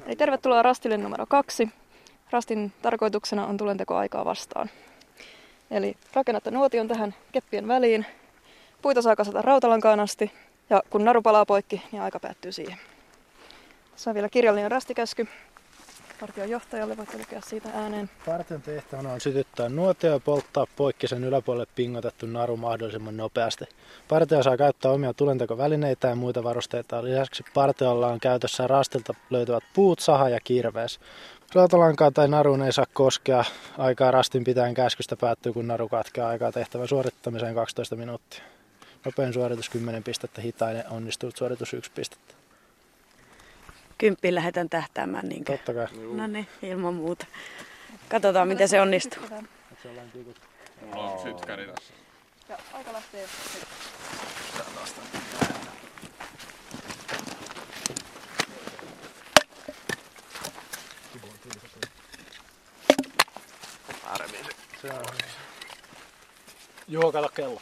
Eli tervetuloa rastille numero 2. Rastin tarkoituksena on tulentekoaikaa vastaan. Eli rakennatte nuotion tähän keppien väliin. Puita saa kasata rautalankaan asti ja kun naru palaa poikki, niin aika päättyy siihen. Tässä on vielä kirjallinen rastikäsky. Partion johtajalle voitte lukea siitä ääneen. Partion tehtävänä on sytyttää nuotio ja polttaa poikki sen yläpuolelle pingotettu naru mahdollisimman nopeasti. Partio saa käyttää omia tulentekovälineitä ja muita varusteita. Lisäksi partiolla on käytössä rastilta löytyvät puut, saha ja kirves. Rautalankaan tai naruun ei saa koskea. Aikaa rastin pitäen käskystä päättyy, kun naru katkeaa. Aikaa tehtävän suorittamiseen 12 minuuttia. Nopein suoritus 10 pistettä, hitain onnistunut suoritus 1 pistettä. 10 lähdetään tähtäämään. Niinkö? Totta kai. No niin, ilman muuta. Katsotaan, miten se onnistuu. Mulla on sytkäri tässä. Ja aika lähtee. Juho, kato kello.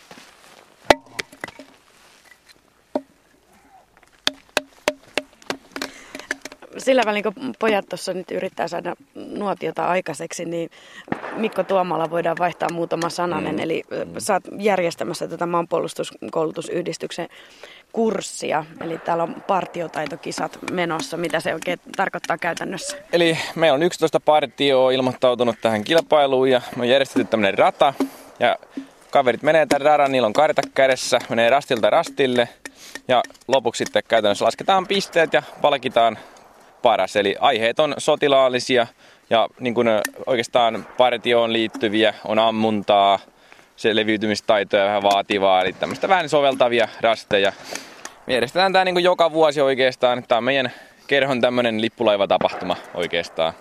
Sillä välin, kun pojat tuossa nyt yrittää saada nuotiota aikaiseksi, niin Mikko Tuomala voidaan vaihtaa muutama sananen. Eli sä oot järjestämässä tätä maanpuolustuskoulutusyhdistyksen kurssia. Eli täällä on partiotaitokisat menossa. Mitä se oikein tarkoittaa käytännössä? Eli meillä on 11 partioa ilmoittautunut tähän kilpailuun ja me on järjestetty tämmöinen rata. Ja kaverit menee tämän radan, niillä on karta kädessä, menee rastilta rastille. Ja lopuksi sitten käytännössä lasketaan pisteet ja palkitaan paras. Eli aiheet on sotilaallisia ja niin kuin oikeastaan partioon liittyviä, on ammuntaa, se leviytymistaitoja vähän vaativaa, eli tämmöistä vähän soveltavia rasteja. Me järjestetään tämä niin kuin joka vuosi oikeastaan. Tämä on meidän kerhon tämmöinen lippulaivatapahtuma oikeastaan.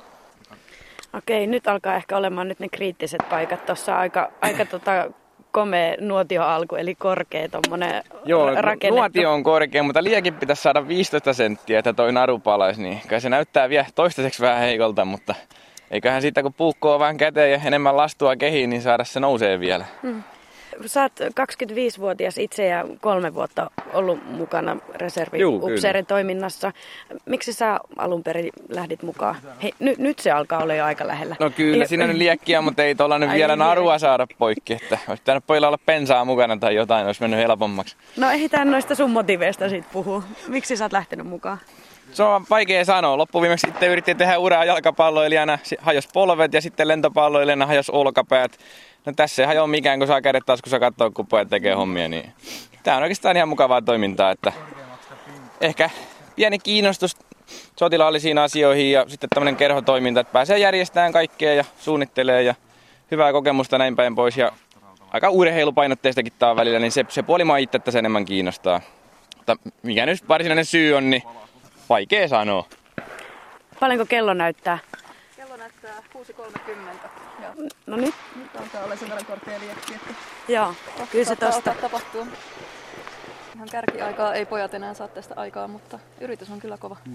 Okei, nyt alkaa ehkä olemaan nyt ne kriittiset paikat. Tuossa aika komea nuotioalku, eli korkea tommonen rakennettu. Nuotio on korkea, mutta liekin pitäisi saada 15 senttiä, että toi naru palaisi. Niin kai se näyttää vielä toistaiseksi vähän heikolta, mutta eiköhän siitä kun puukkoo vähän käteen ja enemmän lastua kehiin, niin saada se nousee vielä. Sä oot 25-vuotias itse ja 3 vuotta ollut mukana reserviupseerin toiminnassa. Miksi sä alun perin lähdit mukaan? Hei, nyt se alkaa olla jo aika lähellä. No kyllä, siinä on liekkiä, mutta ei tuolla nyt vielä narua saada poikki. Että olisi pitänyt pojilla olla pensaa mukana tai jotain, olisi mennyt helpommaksi. No ehditään noista sun motiveista siitä puhua. Miksi sä oot lähtenyt mukaan? Se on vaikea sanoa. Loppuviimeksi sitten yritin tehdä uraa jalkapalloilijana, hajos polvet ja sitten lentopalloilijana hajos olkapäät. No tässä ei hajoa mikään, kun saa kädet taskussa katsoa, kun pojat tekee hommia. Niin tämä on oikeastaan ihan mukavaa toimintaa. Että ehkä pieni kiinnostus sotilaallisiin asioihin ja sitten tämmöinen kerhotoiminta, että pääsee järjestämään kaikkea ja suunnittelee ja hyvää kokemusta näin päin pois. Ja aika urheilupainotteistakin tämä on välillä, niin se puoli mua itse tässä enemmän kiinnostaa. Mutta mikä nyt varsinainen syy on, niin vaikea sanoa. Paljonko kello näyttää? Kello näyttää 6.30. No nyt? Nyt alkaa olla sen verran korkea liekki, että Joo, kyllä se tosta. Tapahtuu. Ihan kärkiaikaa ei pojat enää saa tästä aikaa, mutta yritys on kyllä kova.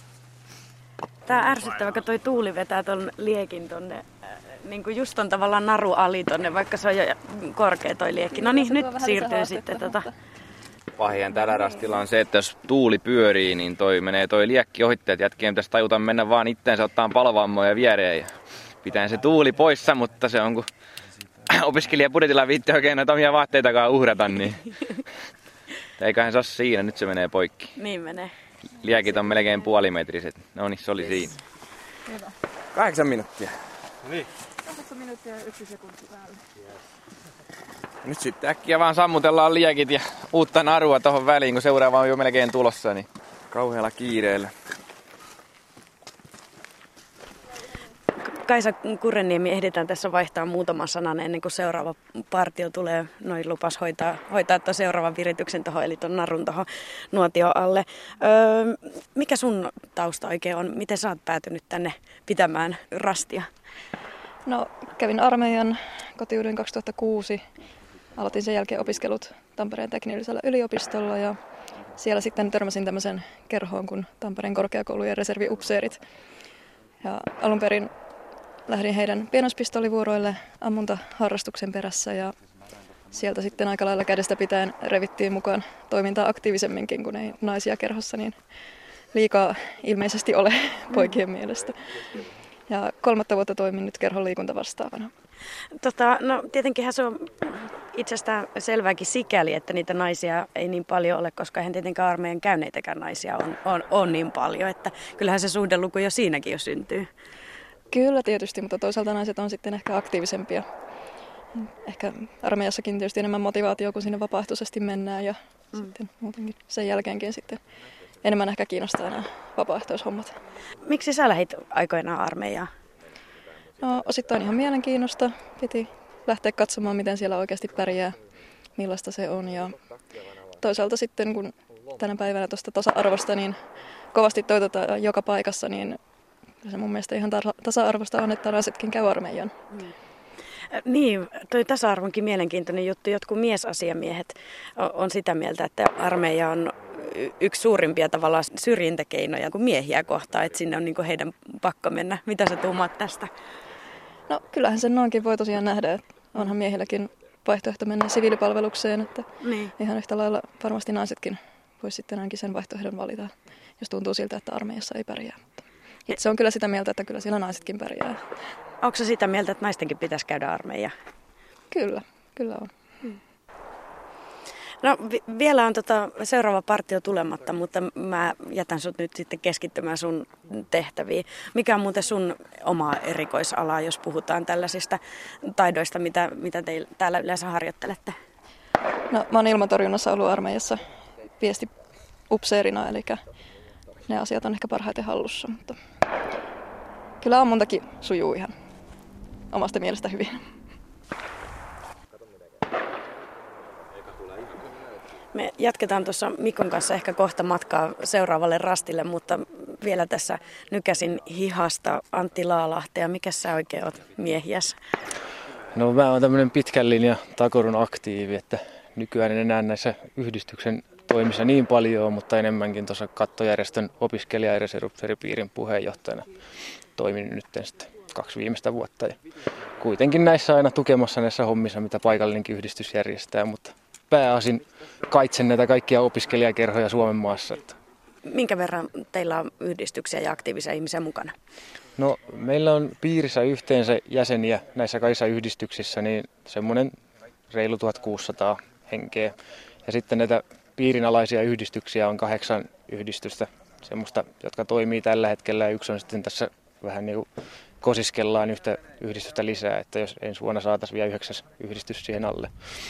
Tää ärsyttävä, kun toi tuuli vetää ton liekin tonne, niin kuin just on tavallaan naru ali tonne, vaikka se on jo korkea toi liekki. No niin, nyt siirtyy sitten Pahian tällä rastilla on se, että jos tuuli pyörii, niin toi liekki ohitteet jätkeen pitäisi tajuta mennä vaan itteensä ottaa palovammoja viereen ja pitää se tuuli poissa, mutta se on kun opiskelijabudjetilla viitti oikein noita omia vaatteitakaan uhrata, niin eiköhän se ole siinä, nyt se menee poikki. Niin menee. Liekit on melkein puolimetriset, no niin se oli siinä. Hyvä. 8 minuuttia. Niin. 8 minuuttia ja 1 sekunti päälle. Nyt sitten äkkiä vaan sammutellaan liekit ja uutta narua tohon väliin, kun seuraava on jo melkein tulossa, niin kauhealla kiireellä. Kaisa Kurreniemi, ehditään tässä vaihtaa muutama sanan ennen kuin seuraava partio tulee. Noin lupas hoitaa tuon seuraavan virityksen tuohon, eli tuon narun tuohon nuotio alle. Mikä sun tausta oikein on? Miten sä oot päätynyt tänne pitämään rastia? No, kävin armeijan, kotiuduin 2006. Aloitin sen jälkeen opiskelut Tampereen teknillisellä yliopistolla ja siellä sitten törmäsin tämmöisen kerhoon kuin Tampereen korkeakoulujen reserviupseerit. Ja alun perin lähdin heidän pienoispistoolivuoroille ammuntaharrastuksen perässä ja sieltä sitten aika lailla kädestä pitäen revittiin mukaan toimintaa aktiivisemminkin, kun ei naisia kerhossa, niin liikaa ilmeisesti ole poikien mielestä. Ja 3. vuotta toimin nyt kerhon liikuntavastaavana. No tietenkinhän se on itsestään selvääkin sikäli, että niitä naisia ei niin paljon ole, koska eihän tietenkään armeijan käyneitäkään naisia on niin paljon. Että kyllähän se suhdeluku jo siinäkin jo syntyy. Kyllä tietysti, mutta toisaalta naiset on sitten ehkä aktiivisempia. Ehkä armeijassakin tietysti enemmän motivaatio, kun sinne vapaaehtoisesti mennään ja sitten muutenkin sen jälkeenkin sitten enemmän ehkä kiinnostaa nämä vapaaehtoishommat. Miksi sä lähdit aikoinaan armeijaan? No osittain ihan mielenkiinnosta. Piti lähteä katsomaan, miten siellä oikeasti pärjää, millaista se on. Ja toisaalta sitten, kun tänä päivänä tuosta tasa-arvosta niin kovasti toitotaan joka paikassa, niin se mun mielestä ihan tasa-arvosta on, että naisetkin käy armeijan. Niin, toi tasa-arvonkin mielenkiintoinen juttu. Jotkut miesasiamiehet on sitä mieltä, että armeija on yksi suurimpia tavallaan syrjintäkeinoja kuin miehiä kohtaan, että sinne on niin kuin heidän pakko mennä. Mitä sä tuumaat tästä? No kyllähän sen noinkin voi tosiaan nähdä, että onhan miehilläkin vaihtoehto mennä siviilipalvelukseen, että ihan yhtä lailla varmasti naisetkin voisi sitten ainakin sen vaihtoehdon valita, jos tuntuu siltä, että armeijassa ei pärjää. Itse on kyllä sitä mieltä, että kyllä siellä naisetkin pärjää. Onko se sitä mieltä, että naistenkin pitäisi käydä armeija? Kyllä on. No vielä on seuraava partio tulematta, mutta mä jätän sut nyt sitten keskittymään sun tehtäviin. Mikä on muuten sun oma erikoisala, jos puhutaan tällaisista taidoista, mitä te täällä yleensä harjoittelette? No mä oon ilmatorjunnassa ollut armeijassa viestiupseerina, eli ne asiat on ehkä parhaiten hallussa, mutta kyllä ammuntakin sujuu ihan omasta mielestä hyvin. Me jatketaan tuossa Mikon kanssa ehkä kohta matkaa seuraavalle rastille, mutta vielä tässä nykäsin hihasta Antti Laalahtea. Mikä sä oikein oot miehiäs? No mä oon tämmönen pitkän linjan takurun aktiivi, että nykyään en enää näissä yhdistyksen toimissa niin paljon, mutta enemmänkin tuossa kattojärjestön opiskelija- ja reservipiirin puheenjohtajana toimin nyt sitten 2 viimeistä vuotta. Ja kuitenkin näissä aina tukemassa näissä hommissa, mitä paikallinenkin yhdistys järjestää, mutta pääasin kaitsen näitä kaikkia opiskelijakerhoja Suomen maassa. Minkä verran teillä on yhdistyksiä ja aktiivisia ihmisiä mukana? No meillä on piirissä yhteensä jäseniä näissä kaikissa yhdistyksissä, niin semmoinen reilu 1600 henkeä. Ja sitten näitä piirinalaisia yhdistyksiä on 8 yhdistystä, semmoista, jotka toimii tällä hetkellä. Ja yksi on sitten tässä vähän niin kuin kosiskellaan yhtä yhdistystä lisää, että jos ensi vuonna saataisiin vielä 9 yhdistys siihen alle.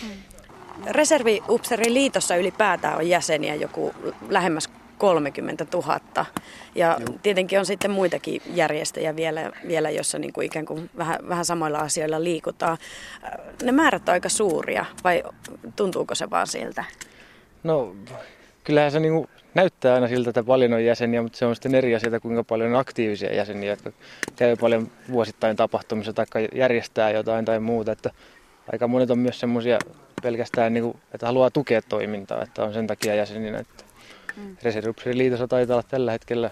Reserviupseeriliitossa ylipäätään on jäseniä joku lähemmäs 30 000. Ja tietenkin on sitten muitakin järjestöjä vielä jossa niin kuin ikään kuin vähän samoilla asioilla liikutaan. Ne määrät on aika suuria, vai tuntuuko se vaan siltä? No kyllähän se niin kuin näyttää aina siltä, että paljon on jäseniä, mutta se on sitten eri asia, kuinka paljon on aktiivisia jäseniä, jotka käy paljon vuosittain tapahtumissa tai järjestää jotain tai muuta. Että aika monet on myös semmoisia pelkästään, niin kuin, että haluaa tukea toimintaa, että on sen takia jäseninä. Että Reserviupseeriliitossa taitaa olla tällä hetkellä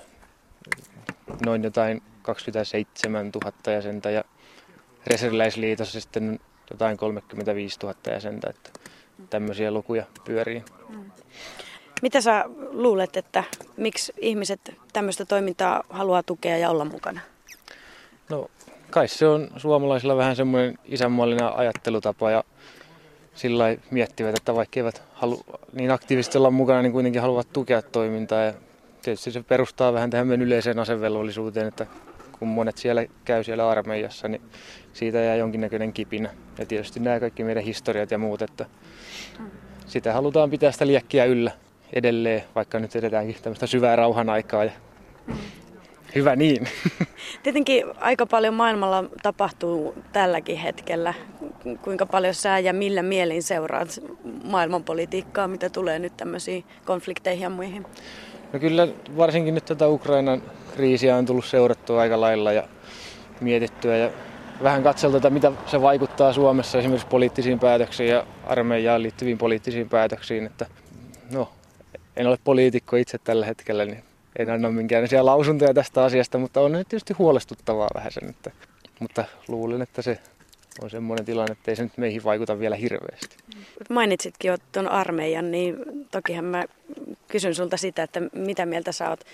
noin jotain 27 000 jäsentä ja Reserviläisliitossa sitten jotain 35 000 jäsentä, että tämmöisiä lukuja pyörii. Mitä sä luulet, että miksi ihmiset tämmöistä toimintaa haluaa tukea ja olla mukana? No kai se on suomalaisilla vähän semmoinen isänmaallinen ajattelutapa ja sillä lailla miettivät, että vaikka eivät halua niin aktiivisesti olla mukana, niin kuitenkin haluavat tukea toimintaa. Ja tietysti se perustaa vähän tähän meidän yleiseen asevelvollisuuteen, että kun monet käy siellä armeijassa, niin siitä jää jonkinnäköinen kipinä. Ja tietysti nämä kaikki meidän historiat ja muut, että sitä halutaan pitää sitä liekkiä yllä edelleen, vaikka nyt edetäänkin tämmöistä syvää rauhan aikaa. Ja hyvä niin. Tietenkin aika paljon maailmalla tapahtuu tälläkin hetkellä. Kuinka paljon sä ja millä mielin seuraat maailmanpolitiikkaa, mitä tulee nyt tämmöisiin konflikteihin ja muihin? No kyllä varsinkin nyt tätä Ukrainan kriisiä on tullut seurattua aika lailla ja mietittyä ja vähän katseltua, mitä se vaikuttaa Suomessa esimerkiksi poliittisiin päätöksiin ja armeijaan liittyviin poliittisiin päätöksiin. Että, no, en ole poliitikko itse tällä hetkellä, niin en anna minkäänlaisia lausuntoja tästä asiasta, mutta on nyt tietysti huolestuttavaa vähän sen. Mutta luulen, että se on semmoinen tilanne, että ei se nyt meihin vaikuta vielä hirveästi. Mainitsitkin jo tuon armeijan, niin tokihan mä kysyn sulta sitä, että mitä mieltä sä oot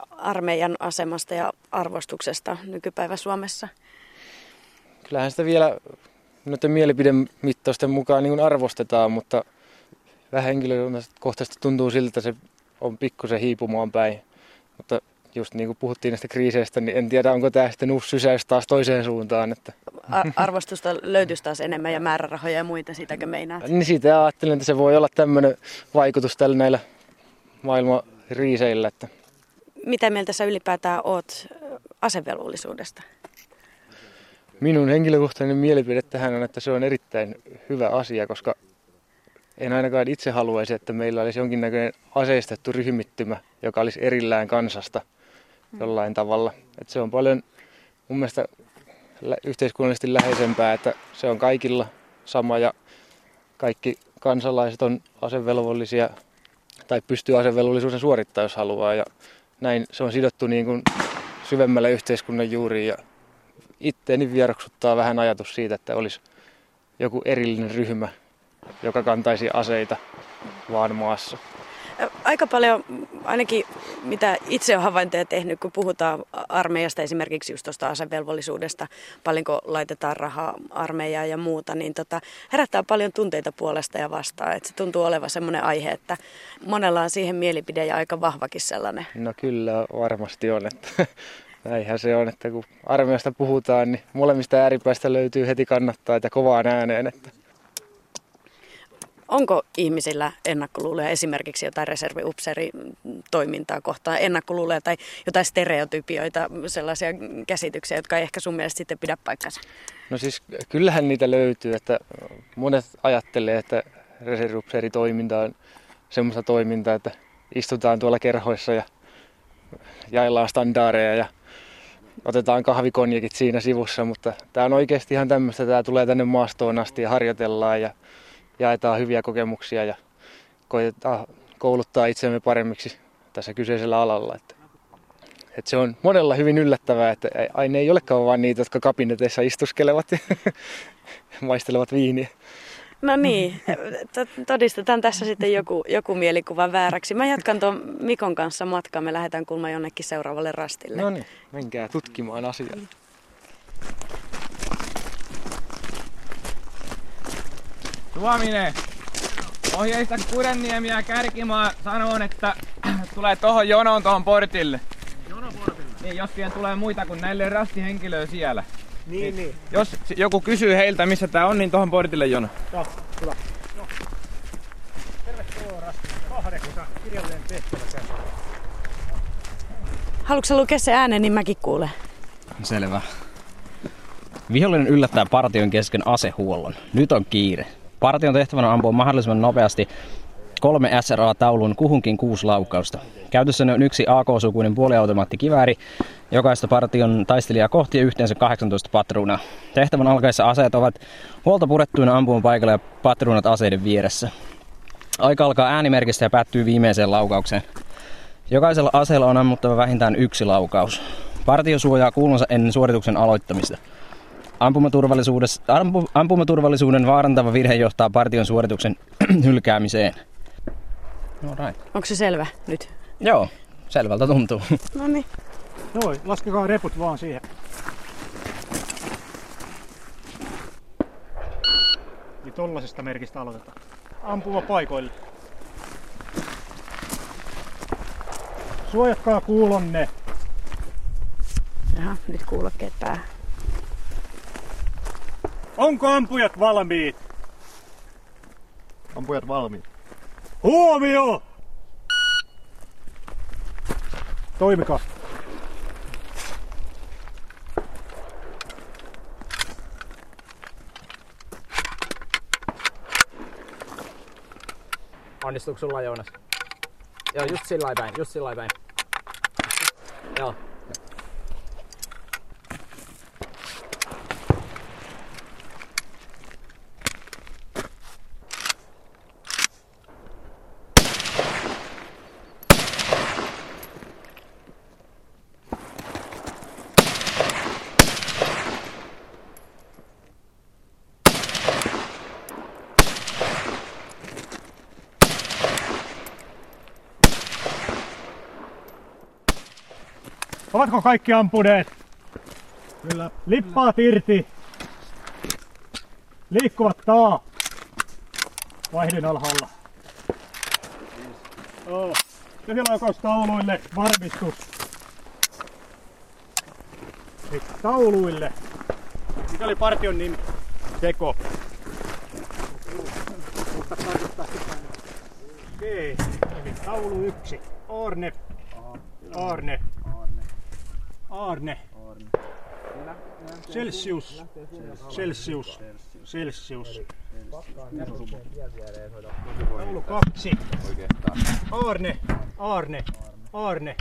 armeijan asemasta ja arvostuksesta nykypäivä Suomessa? Kyllähän sitä vielä noiden mielipidemittausten mukaan niin kuin arvostetaan, mutta vähän henkilökohtaisesti tuntuu siltä, että se on pikkusen hiipumaan päin. Mutta just niin kuin puhuttiin näistä kriiseistä, niin en tiedä, onko tämä sitten uusi sysäys taas toiseen suuntaan. Että Arvostusta löytyisi taas enemmän ja määrärahoja ja muita, sitäkö meinaat? niin siitä ajattelin, että se voi olla tämmöinen vaikutus tällä näillä maailman riiseillä. Että Mitä mieltä sä ylipäätään oot asevelvollisuudesta? minun henkilökohtainen mielipide tähän on, että se on erittäin hyvä asia, koska en ainakaan itse haluaisi, että meillä olisi jonkinnäköinen aseistettu ryhmittymä, joka olisi erillään kansasta jollain tavalla. Että se on paljon mun mielestä yhteiskunnallisesti läheisempää, että se on kaikilla sama ja kaikki kansalaiset on asevelvollisia tai pystyy asevelvollisuuden suorittamaan, jos haluaa. Ja näin se on sidottu niin kuin syvemmälle yhteiskunnan juuriin ja itteeni vieroksuttaa vähän ajatus siitä, että olisi joku erillinen ryhmä, joka kantaisi aseita vaan maassa. Aika paljon, ainakin mitä itse olen havaintoja tehnyt, kun puhutaan armeijasta, esimerkiksi just tuosta asevelvollisuudesta, paljonko laitetaan rahaa armeijaan ja muuta, niin herättää paljon tunteita puolesta ja vastaan. Et se tuntuu olevan semmoinen aihe, että monella on siihen mielipide ja aika vahvakin sellainen. No kyllä varmasti on, että näinhän se on, että kun armeijasta puhutaan, niin molemmista ääripäistä löytyy heti kannattaa ja kovaan ääneen. Että Onko ihmisillä ennakkoluuloja, esimerkiksi jotain reserviupseeritoimintaa kohtaan, ennakkoluuloja tai jotain stereotypioita, sellaisia käsityksiä, jotka ei ehkä sun mielestä sitten pidä paikkansa? No siis kyllähän niitä löytyy, että monet ajattelee, että reserviupseeritoiminta on semmoista toimintaa, että istutaan tuolla kerhoissa ja jaillaan standaareja ja otetaan kahvikonjakit siinä sivussa, mutta tämä on oikeasti ihan tämmöistä, tämä tulee tänne maastoon asti ja harjoitellaan ja jaetaan hyviä kokemuksia ja koitetaan kouluttaa itsemme paremmiksi tässä kyseisellä alalla. Että se on monella hyvin yllättävää, että ne ei olekaan vaan niitä, jotka kabineteissa istuskelevat ja maistelevat viiniä. No niin, todistetaan tässä sitten joku mielikuva vääräksi. Mä jatkan tuon Mikon kanssa matkaa, me lähdetään kulma jonnekin seuraavalle rastille. No niin, menkää tutkimaan asiaa. Tuominen, ohjeista Kurenniemi ja Kärkimaa sanoo, että tulee tohon jonoon tohon portille. Jonoportille? Niin, jos siihen tulee muita kuin näille rastihenkilöä siellä. Niin. Jos joku kysyy heiltä, missä tää on, niin tohon portille jono. Joo, hyvä. Joo. Tervetuloa Rasti. 8 kirjallinen tehtävä käsin. Haluatko sä lukea se äänen, niin mäkin kuulen. Selvä. Vihollinen yllättää partion kesken asehuollon. Nyt on kiire. Partion tehtävänä on ampua mahdollisimman nopeasti 3 SRA-tauluun kuhunkin 6 laukausta. Käytössä on 1 AK-sukuinen puoliautomaattikivääri, jokaista partion taistelijaa kohti ja yhteensä 18 patruunaa. Tehtävän alkaessa aseet ovat huolta purettuina ampuman paikalla ja patruunat aseiden vieressä. Aika alkaa äänimerkistä ja päättyy viimeiseen laukaukseen. Jokaisella aseella on ammuttava vähintään 1 laukaus. Partio suojaa kuulunsa ennen suorituksen aloittamista. Ampumaturvallisuuden vaarantava virhe johtaa partion suorituksen hylkäämiseen. No right. Onko se selvä nyt? Joo, selvältä tuntuu. No niin. Joo, laskekaa reput vaan siihen. Niin tollasesta merkistä aloitetaan. Ampuma paikoille. Suojatkaa kuulonne. Jaha, nyt kuulokkeet päähän. Onko ampujat valmiit? Ampujat valmiit. Huomio! Toimikaa. Onnistuuko sulla, Joonas? Joo, just sillä päin. Joo. Ovatko kaikki ampuneet? Kyllä. Lippaat irti. Liikkuvat taa. Vaihdin alhaalla. Tyhjälaukaus-tauluille varmistus. Tauluille. Mikä oli partion nimi? Teko. Okei. Eli taulu 1. Arne. Arne. Arne. Celsius. Celsius. Celsius. Taulu 2. Arne. Arne. Arne.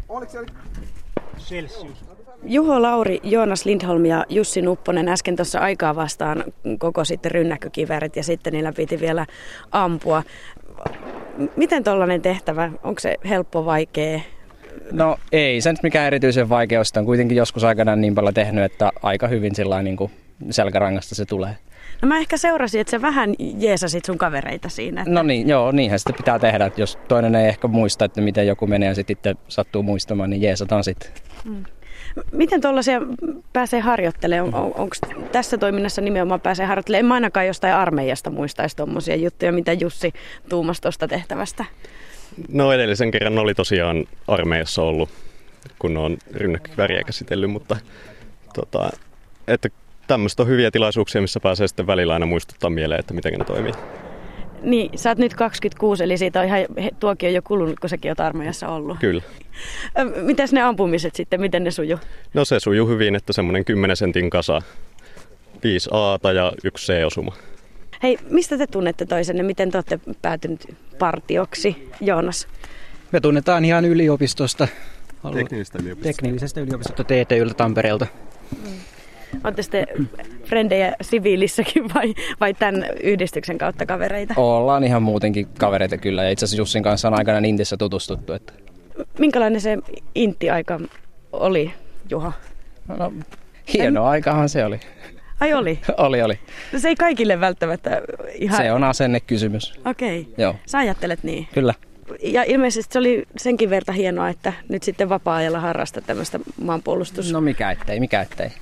Celsius. Juho Lauri, Joonas Lindholm ja Jussi Nupponen äsken tuossa aikaa vastaan koko sitten rynnäkkökiväärit ja sitten niillä piti vielä ampua. Miten tollainen tehtävä, onko se helppo, vaikea? No ei se nyt mikään erityisen vaikea, sitä on kuitenkin joskus aikanaan niin paljon tehnyt, että aika hyvin sillain niin kuin selkärangasta se tulee. No mä ehkä seurasin, että sä vähän jeesasit sun kavereita siinä. Että... No niin, joo, niinhän sitä pitää tehdä, että jos toinen ei ehkä muista, että miten joku menee ja sitten itse sattuu muistamaan, niin jeesataan sitten. Miten tuollaisia pääsee harjoittelemaan? Onko tässä toiminnassa nimenomaan pääsee harjoittelemaan? En mä ainakaan jostain armeijasta muistaisi tuommoisia juttuja, mitä Jussi tuumasi tuosta tehtävästä. No edellisen kerran oli tosiaan armeijassa ollut, kun on rynnäkköväriä käsitellyt, mutta että tämmöistä on hyviä tilaisuuksia, missä pääsee sitten välillä aina muistuttaa mieleen, että miten ne toimii. Niin, sä oot nyt 26, eli siitä on ihan tuokin on jo kulunut, kun säkin oot armeijassa ollut. Kyllä. Mitäs ne ampumiset sitten, miten ne sujuu? No se sujuu hyvin, että semmoinen 10 sentin kasa, 5 A:ta ja 1 C-osuma. Hei, mistä te tunnette toisenne? Miten te olette päätynyt partioksi, Joonas? Me tunnetaan ihan yliopistosta. Teknillisestä yliopistosta TTY:ltä Tampereelta. Olette sitten frendejä siviilissäkin vai tämän yhdistyksen kautta kavereita? Ollaan ihan muutenkin kavereita kyllä ja itse asiassa Jussin kanssa on aikanaan Intissä tutustuttu. Että... Minkälainen se Intti-aika oli, Juha? No, hieno aikahan se oli. Ai oli? Oli. No se ei kaikille välttämättä ihan... Se on asennekysymys. Okei. Joo. Sä ajattelet niin? Kyllä. Ja ilmeisesti se oli senkin verta hienoa, että nyt sitten vapaa-ajalla harrastaa tämmöistä maanpuolustus... No mikä ettei.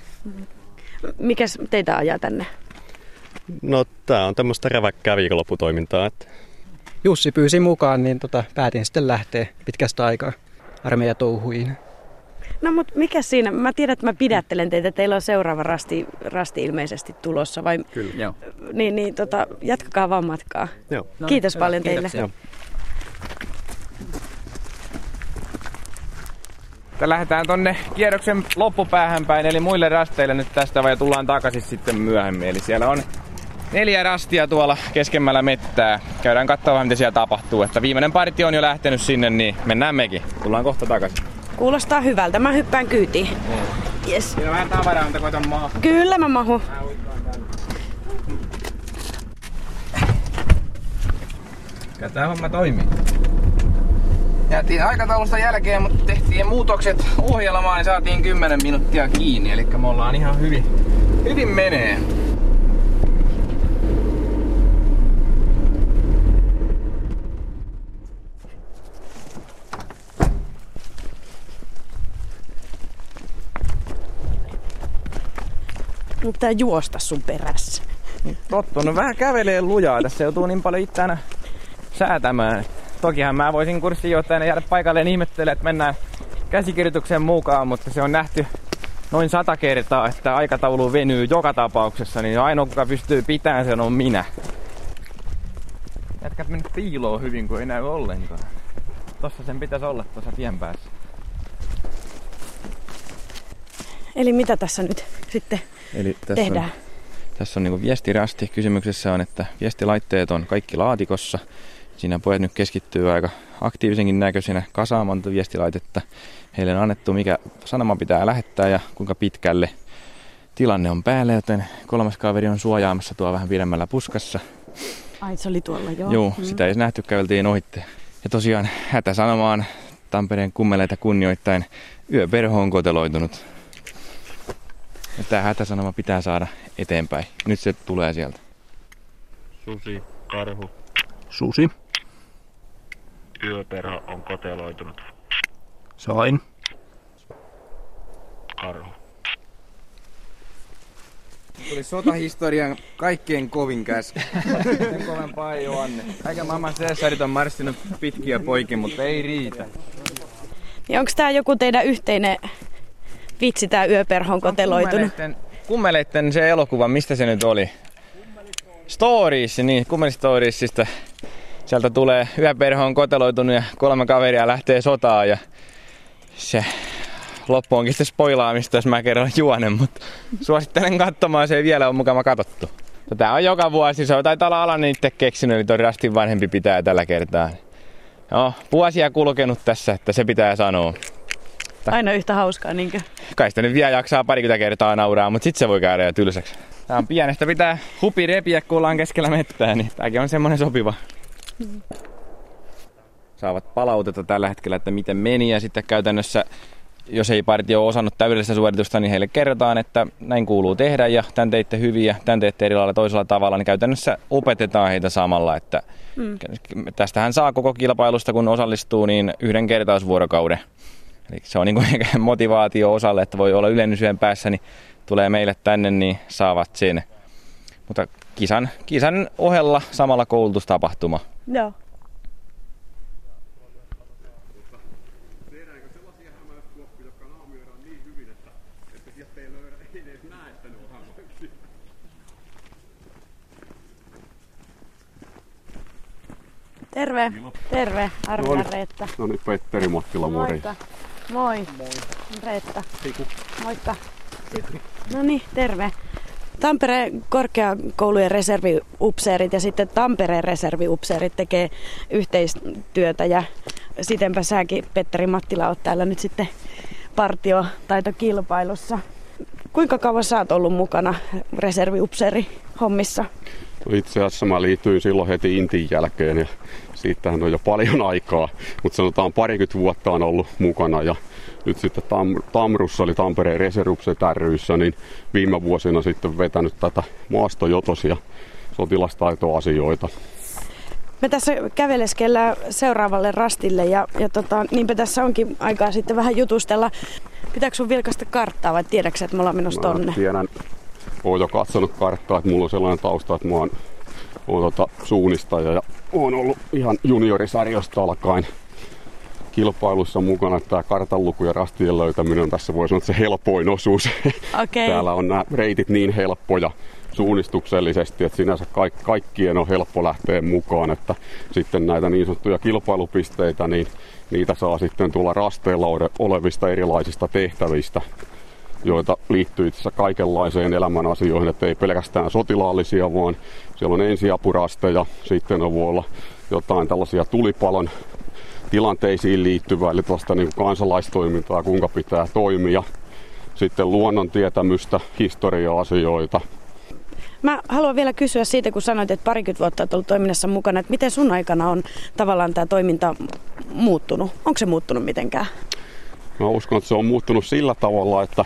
Mikäs teitä ajaa tänne? No tää on tämmöistä räväkkää viikonlopputoimintaa. Että... Jussi pyysi mukaan, niin päätin sitten lähteä pitkästä aikaa armeijatouhuihin. No mutta mikä siinä? Mä tiedän, että mä pidättelen teitä. Teillä on seuraava rasti ilmeisesti tulossa. Vai... Kyllä. Joo. Niin, jatkakaa vaan matkaa. Joo. Kiitos paljon teille. Joo. Lähdetään tonne kierroksen loppupäähän päin, eli muille rasteille nyt tästä vai tullaan takaisin sitten myöhemmin. Eli siellä on 4 rastia tuolla keskemmällä mettää. Käydään katsomaan, mitä siellä tapahtuu. Että viimeinen partio on jo lähtenyt sinne, niin mennään mekin. Tullaan kohta takaisin. Kuulostaa hyvältä. Mä hyppään kyytiin. Yes. Siinä on vähän tavaraa, mutta koitan maa. Kyllä mä mahun. Kyllä tää homma toimii. Jäätiin aikataulusta jälkeen, mutta tehtiin muutokset ohjelmaan, niin saatiin 10 minuuttia kiinni. Eli me ollaan ihan hyvin menee. Nyt pitää juosta sun perässä. Tottunut vähän kävelee lujaa. Tässä joutuu niin paljon itseään säätämään. Tokihan mä voisin kurssinjohtajana jäädä paikalleen ihmettelemään, että mennään käsikirjoitukseen mukaan, mutta se on nähty noin 100 kertaa, että aikataulu venyy joka tapauksessa, niin ainoa kuka pystyy pitämään sen on minä. Jätkät mennyt piiloon hyvin, kun ei näy ollenkaan. Tossa sen pitäisi olla tuossa tien päässä. Eli mitä tässä nyt sitten tehdään? Tässä on niinku viestirasti. Kysymyksessä on, että viestilaitteet on kaikki laatikossa. Siinä pojat nyt keskittyy aika aktiivisenkin näköisenä kasaamaan viestilaitetta. Heille on annettu, mikä sanoma pitää lähettää ja kuinka pitkälle tilanne on päällä, joten 3. kaveri on suojaamassa tuo vähän pidemmällä puskassa. Ai, se oli tuolla, joo. Joo, sitä ei nähty, käveltiin ohitte. Ja tosiaan hätäsanomaan Tampereen kummeleita kunnioittain yöperho on koteloitunut. Ja tämä hätäsanoma pitää saada eteenpäin. Nyt se tulee sieltä. Susi, karhu. Susi. Yöperho on koteloitunut. Sain. karhu. Tuli sotahistorian kaikkein kovin käsky. Sen kovempaa ei ole Anne. Kaiken maailman Caesarit on marssinut pitkiä poikin, mutta ei riitä. Ja onko tämä joku teidän yhteinen vitsi, tämä yöperhon koteloitunut? Kummeleitten se elokuva, mistä se nyt oli? Stories, niin, Kummelistoriesista. Sieltä tulee yöperho on koteloitunut ja 3 kaveria lähtee sotaan ja se loppu onkin sitten spoilaamista, jos mä kerron juonen, mutta suosittelen katsomaan, se ei vielä ole mukava katsottu. Tää on joka vuosi, se taitaa olla Alan itse keksinyt, eli toi Rastin vanhempi pitää tällä kertaa. No, vuosia kulkenut tässä, että se pitää sanoa. Aina yhtä hauskaa, niinkö? Kai sitä nyt vielä jaksaa parikymmentä kertaa nauraa, mutta sit se voi käydä jo tylsäksi. Tää on pienestä, pitää hupi repiä, kun ollaan keskellä mettää, niin tääkin on semmonen sopiva. Saavat palautetta tällä hetkellä, että miten meni, ja sitten käytännössä, jos ei partio ole osannut täydellistä suoritusta, niin heille kerrotaan, että näin kuuluu tehdä, ja tän teitte hyvin, ja tän teitte eri lailla toisella tavalla, niin käytännössä opetetaan heitä samalla, että tästähän saa koko kilpailusta, kun osallistuu, niin 1 kertausvuorokauden. Eli se on niin kuin motivaatio osalle, että voi olla ylennysyön päässä, niin tulee meille tänne, niin saavat sen. Mutta kisan ohella samalla koulutustapahtuma. Joo. Tehdäänkö sellaisia hämäyskuoppia, jotka naamioidaan niin hyvin, että sieltä ei edes näe, että ne on hämäyksiä? Terve. Terve, Arvina Reetta. No niin, Petteri Mattila, mori. Moikka. Moi. Reetta. Moikka. No niin, terve. Tampereen korkeakoulujen reserviupseerit ja sitten Tampereen reserviupseerit tekee yhteistyötä ja sitenpä säkin, Petteri Mattila, oot täällä nyt sitten partiotaitokilpailussa. Kuinka kauan sä oot ollut mukana reserviupseeri hommissa? No itse asiassa mä liityin silloin heti Intin jälkeen ja siitähän on jo paljon aikaa, mutta sanotaan 20 vuotta on ollut mukana ja nyt sitten Tamrussa eli Tampereen Reserviupseerit ry:ssä, niin viime vuosina sitten vetänyt tätä maastojotos- ja sotilastaitoasioita. Me tässä käveleskellään seuraavalle rastille ja niinpä tässä onkin aikaa sitten vähän jutustella. Pitääkö sun vilkaista karttaa vai tiedätkö, että me ollaan menossa tonne? Tiedän. Olen jo katsonut karttaa, että mulla on sellainen tausta, että mä oon suunnistaja ja oon ollut ihan juniorisarjosta alkaen kilpailussa mukana, että tämä kartanluku ja rastien löytäminen on tässä, voi sanoa, että se helpoin osuus. Okay. Täällä on nämä reitit niin helppoja suunnistuksellisesti, että sinänsä kaikkien on helppo lähteä mukaan, että sitten näitä niin sanottuja kilpailupisteitä, niin niitä saa sitten tulla rasteilla olevista erilaisista tehtävistä, joita liittyy itse asiassa kaikenlaiseen elämän asioihin, että ei pelkästään sotilaallisia, vaan siellä on ensiapurasteja, sitten voi olla jotain tällaisia tulipalon tilanteisiin liittyvää, eli tällaista niin kuin kansalaistoimintaa, kuinka pitää toimia, sitten luonnontietämystä, historia-asioita. Mä haluan vielä kysyä siitä, kun sanoit, että 20 vuotta olet ollut toiminnassa mukana, että miten sun aikana on tavallaan tämä toiminta muuttunut? Onko se muuttunut mitenkään? Mä uskon, että se on muuttunut sillä tavalla, että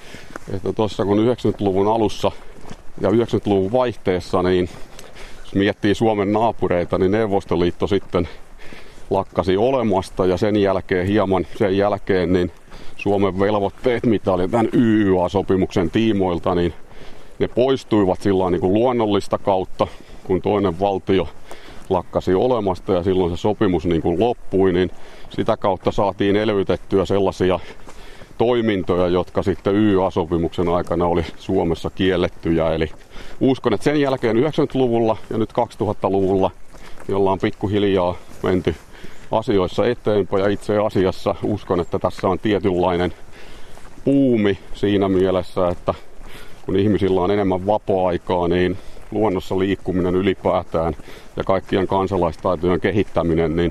tuossa kun 90-luvun alussa ja 90-luvun vaihteessa, niin jos miettii Suomen naapureita, niin Neuvostoliitto sitten lakkasi olemasta ja sen jälkeen niin Suomen velvoitteet, mitä oli tämän YYA-sopimuksen tiimoilta, niin ne poistuivat sillä niin kuin luonnollista kautta, kun toinen valtio lakkasi olemasta ja silloin se sopimus niin kuin loppui, niin sitä kautta saatiin elvytettyä sellaisia toimintoja, jotka sitten YYA-sopimuksen aikana oli Suomessa kiellettyjä. Eli uskon, että sen jälkeen 90-luvulla ja nyt 2000-luvulla niin ollaan pikkuhiljaa menty asioissa eteenpäin ja itse asiassa uskon, että tässä on tietynlainen buumi siinä mielessä, että kun ihmisillä on enemmän vapaa-aikaa, niin luonnossa liikkuminen ylipäätään ja kaikkien kansalaistaitojen kehittäminen, niin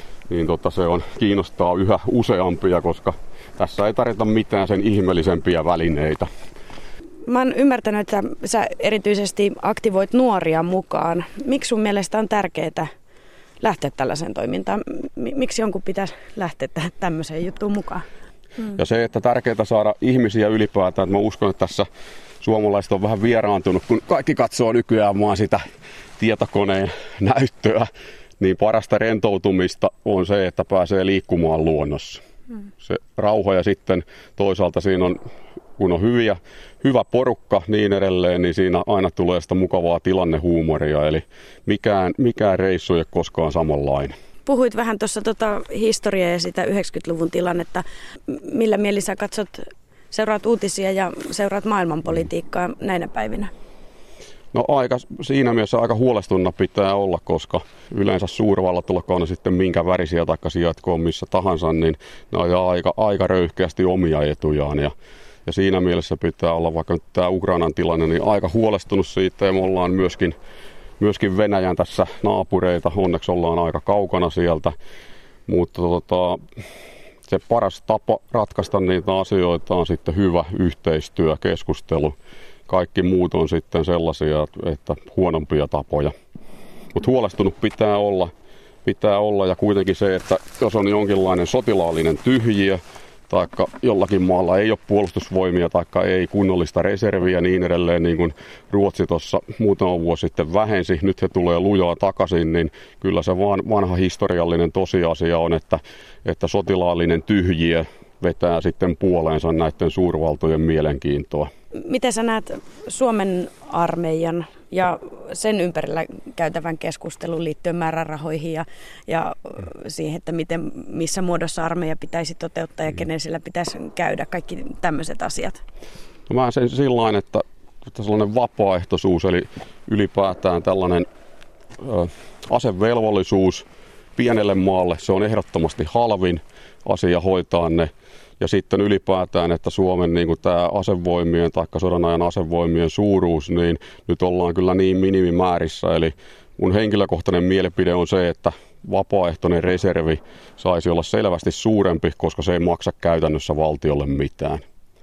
se kiinnostaa yhä useampia, koska tässä ei tarvita mitään sen ihmeellisempiä välineitä. Mä oon ymmärtänyt, että sä erityisesti aktivoit nuoria mukaan. Miksi sun mielestä on tärkeää lähteä tällaiseen toimintaan? Miksi jonkun pitäisi lähteä tämmöiseen juttuun mukaan? Ja se, että tärkeää saada ihmisiä ylipäätään, että mä uskon, että tässä suomalaiset on vähän vieraantunut, kun kaikki katsoo nykyään vaan sitä tietokoneen näyttöä, niin parasta rentoutumista on se, että pääsee liikkumaan luonnossa. se rauha ja sitten toisaalta siinä on, kun on hyvä porukka niin edelleen, niin siinä aina tulee sitä mukavaa tilannehuumoria, eli mikään reissu ei ole koskaan samanlainen. Puhuit vähän tuossa historiaa ja sitä 90-luvun tilannetta. Millä mieli sä seuraat uutisia ja seuraat maailmanpolitiikkaa näinä päivinä? No siinä mielessä aika huolestunna pitää olla, koska yleensä suurvallat, olkoon ne sitten minkä värisiä tai sijaitkoon missä tahansa, niin ne ajaa aika röyhkeästi omia etujaan. Ja siinä mielessä pitää olla, vaikka nyt tämä Ukrainan tilanne, niin aika huolestunut siitä, ja me ollaan myöskin Venäjän tässä naapureita, onneksi ollaan aika kaukana sieltä, mutta se paras tapa ratkaista niitä asioita on sitten hyvä yhteistyö, keskustelu. Kaikki muut on sitten sellaisia, että huonompia tapoja. Mutta huolestunut pitää olla ja kuitenkin se, että jos on jonkinlainen sotilaallinen tyhjiö, taikka jollakin maalla ei ole puolustusvoimia, taikka ei kunnollista reserviä niin edelleen, niin kuin Ruotsi tuossa muutama vuosi sitten vähensi, nyt he tulee lujaa takaisin, niin kyllä se vanha historiallinen tosiasia on, että sotilaallinen tyhjiö vetää sitten puoleensa näiden suurvaltojen mielenkiintoa. Miten sä näet Suomen armeijan ja sen ympärillä käytävän keskustelun liittyen määrärahoihin ja siihen, että missä muodossa armeija pitäisi toteuttaa ja kenen sillä pitäisi käydä, kaikki tämmöiset asiat? No mä sen sillain, että sellainen vapaaehtoisuus, eli ylipäätään tällainen asevelvollisuus pienelle maalle, se on ehdottomasti halvin asia hoitaa ne. Ja sitten ylipäätään, että Suomen niin kuin tämä asevoimien tai sodanajan asevoimien suuruus, niin nyt ollaan kyllä niin minimimäärissä. Eli mun henkilökohtainen mielipide on se, että vapaaehtoinen reservi saisi olla selvästi suurempi, koska se ei maksa käytännössä valtiolle mitään.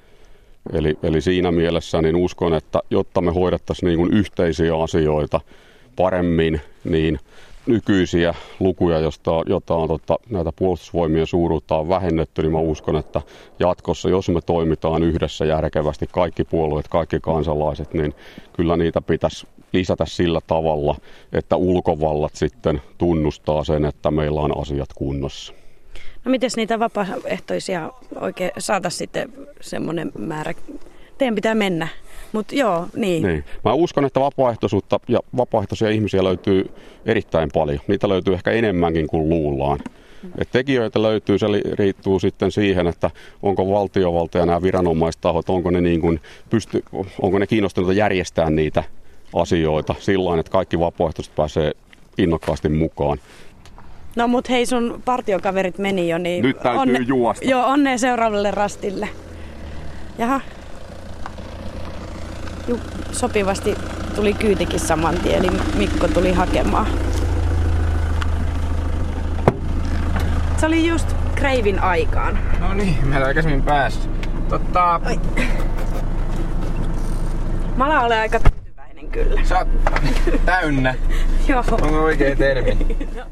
Eli siinä mielessä niin uskon, että jotta me hoidettaisiin niin kuin yhteisiä asioita paremmin, niin nykyisiä lukuja, jota on näitä puolustusvoimien suuruutta on vähennetty, niin mä uskon, että jatkossa, jos me toimitaan yhdessä järkevästi, kaikki puolueet, kaikki kansalaiset, niin kyllä niitä pitäisi lisätä sillä tavalla, että ulkovallat sitten tunnustaa sen, että meillä on asiat kunnossa. No miten niitä vapaaehtoisia oikein saataisiin sitten semmoinen määrä? Teidän pitää mennä. Mutta joo, niin. Mä uskon, että vapaaehtoisuutta ja vapaaehtoisia ihmisiä löytyy erittäin paljon. Niitä löytyy ehkä enemmänkin kuin luullaan. Et tekijöitä löytyy, se riittuu sitten siihen, että onko valtiovalta ja nämä viranomaistahot, onko ne kiinnostuneita järjestää niitä asioita sillain, että kaikki vapaaehtoiset pääsee innokkaasti mukaan. No mut hei, sun partiokaverit meni jo, niin nyt täytyy juosta. Joo, onnea seuraavalle rastille. Jaha. Sopivasti tuli kyytikin saman tien, eli Mikko tuli hakemaan. Se oli just kreivin aikaan. No niin, mä en aikaisemmin päässyt. Mala ole aika tyytyväinen kyllä. Sä oot täynnä. Joo. Onko oikea termi? No.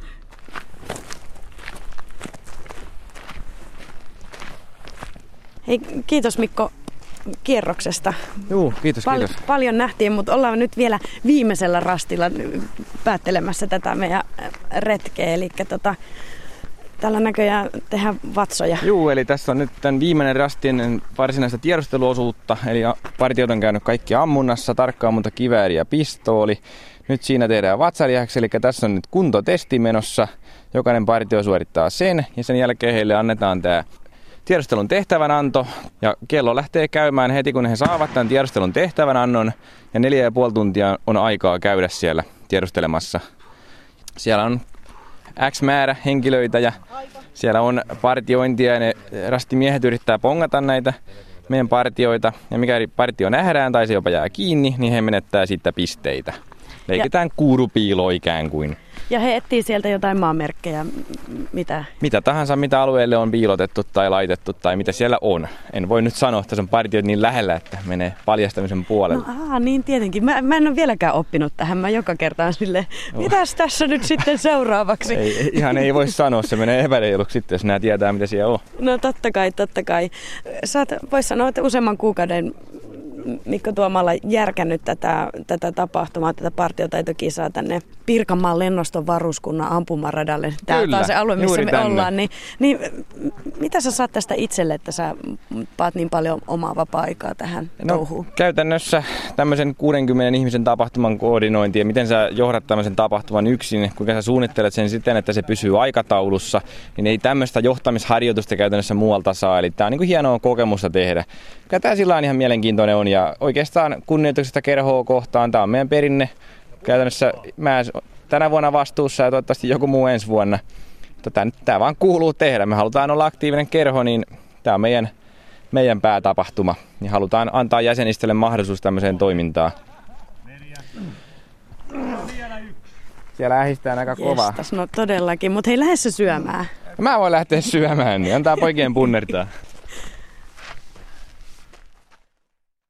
Hei, kiitos Mikko kierroksesta. Joo, kiitos. Paljon nähtiin, mutta ollaan nyt vielä viimeisellä rastilla päättelemässä tätä meidän retkeä. Eli tällä näköjään tehdään vatsoja. Joo, eli tässä on nyt tämän viimeinen rasti ennen varsinaista tiedusteluosuutta. Eli partiot on käynyt kaikki ammunnassa, tarkkaammunta, kivääri ja pistooli. Nyt siinä tehdään vatsalihaksi, eli tässä on nyt kuntotesti menossa. Jokainen partio suorittaa sen ja sen jälkeen heille annetaan tämä tiedustelun tehtävänanto ja kello lähtee käymään heti kun he saavat tämän tiedustelun tehtävänannon ja 4,5 tuntia on aikaa käydä siellä tiedustelemassa. Siellä on X määrä henkilöitä ja siellä on partiointia ja ne rastimiehet yrittää pongata näitä meidän partioita ja mikäli partio nähdään tai se jopa jää kiinni, niin he menettää sitten pisteitä. Leikitään kuurupiiloa ikään kuin. Ja he etsii sieltä jotain maamerkkejä, mitä tahansa, mitä alueelle on piilotettu tai laitettu tai mitä siellä on. En voi nyt sanoa, että se on partiot niin lähellä, että menee paljastamisen puolelle. No niin tietenkin. Mä en ole vieläkään oppinut tähän. Mä joka kerta on silleen, mitäs tässä nyt sitten seuraavaksi? Ei voi sanoa, se menee epäreiluksi sitten, jos nämä tietää, mitä siellä on. No totta kai. Sä vois sanoa, että useamman kuukauden Mikko Tuomala järkännyt tätä tapahtumaa, tätä partiotaitokisaa tänne Pirkanmaan lennoston varuskunnan ampumaradalle. Tämä on se alue, missä me ollaan. Niin, mitä sä saat tästä itselle, että sä paat niin paljon omaa vapaa-aikaa tähän touhuun? Käytännössä tämmöisen 60 ihmisen tapahtuman koordinointi ja miten sä johdat tämmöisen tapahtuman yksin, kuinka sä suunnittelet sen siten, että se pysyy aikataulussa, niin ei tämmöistä johtamisharjoitusta käytännössä muualta saa. Eli tää on niin kuin hienoa kokemusta tehdä. Kyllä tää sillä on ihan mielenkiintoinen on ja oikeastaan kunnioituksesta kerhoa kohtaan. Tää on meidän perinne. Käytännössä mä tänä vuonna vastuussa ja toivottavasti joku muu ensi vuonna. Tää vaan kuuluu tehdä. Me halutaan olla aktiivinen kerho, niin tää on meidän päätapahtuma. Niin halutaan antaa jäsenistölle mahdollisuus tämmöiseen toimintaan. Siellä ähistää aika kovaa. Jestas, no todellakin, mutta hei, lähde sä syömään. Mä voin lähteä syömään, niin antaa poikien punnertaa.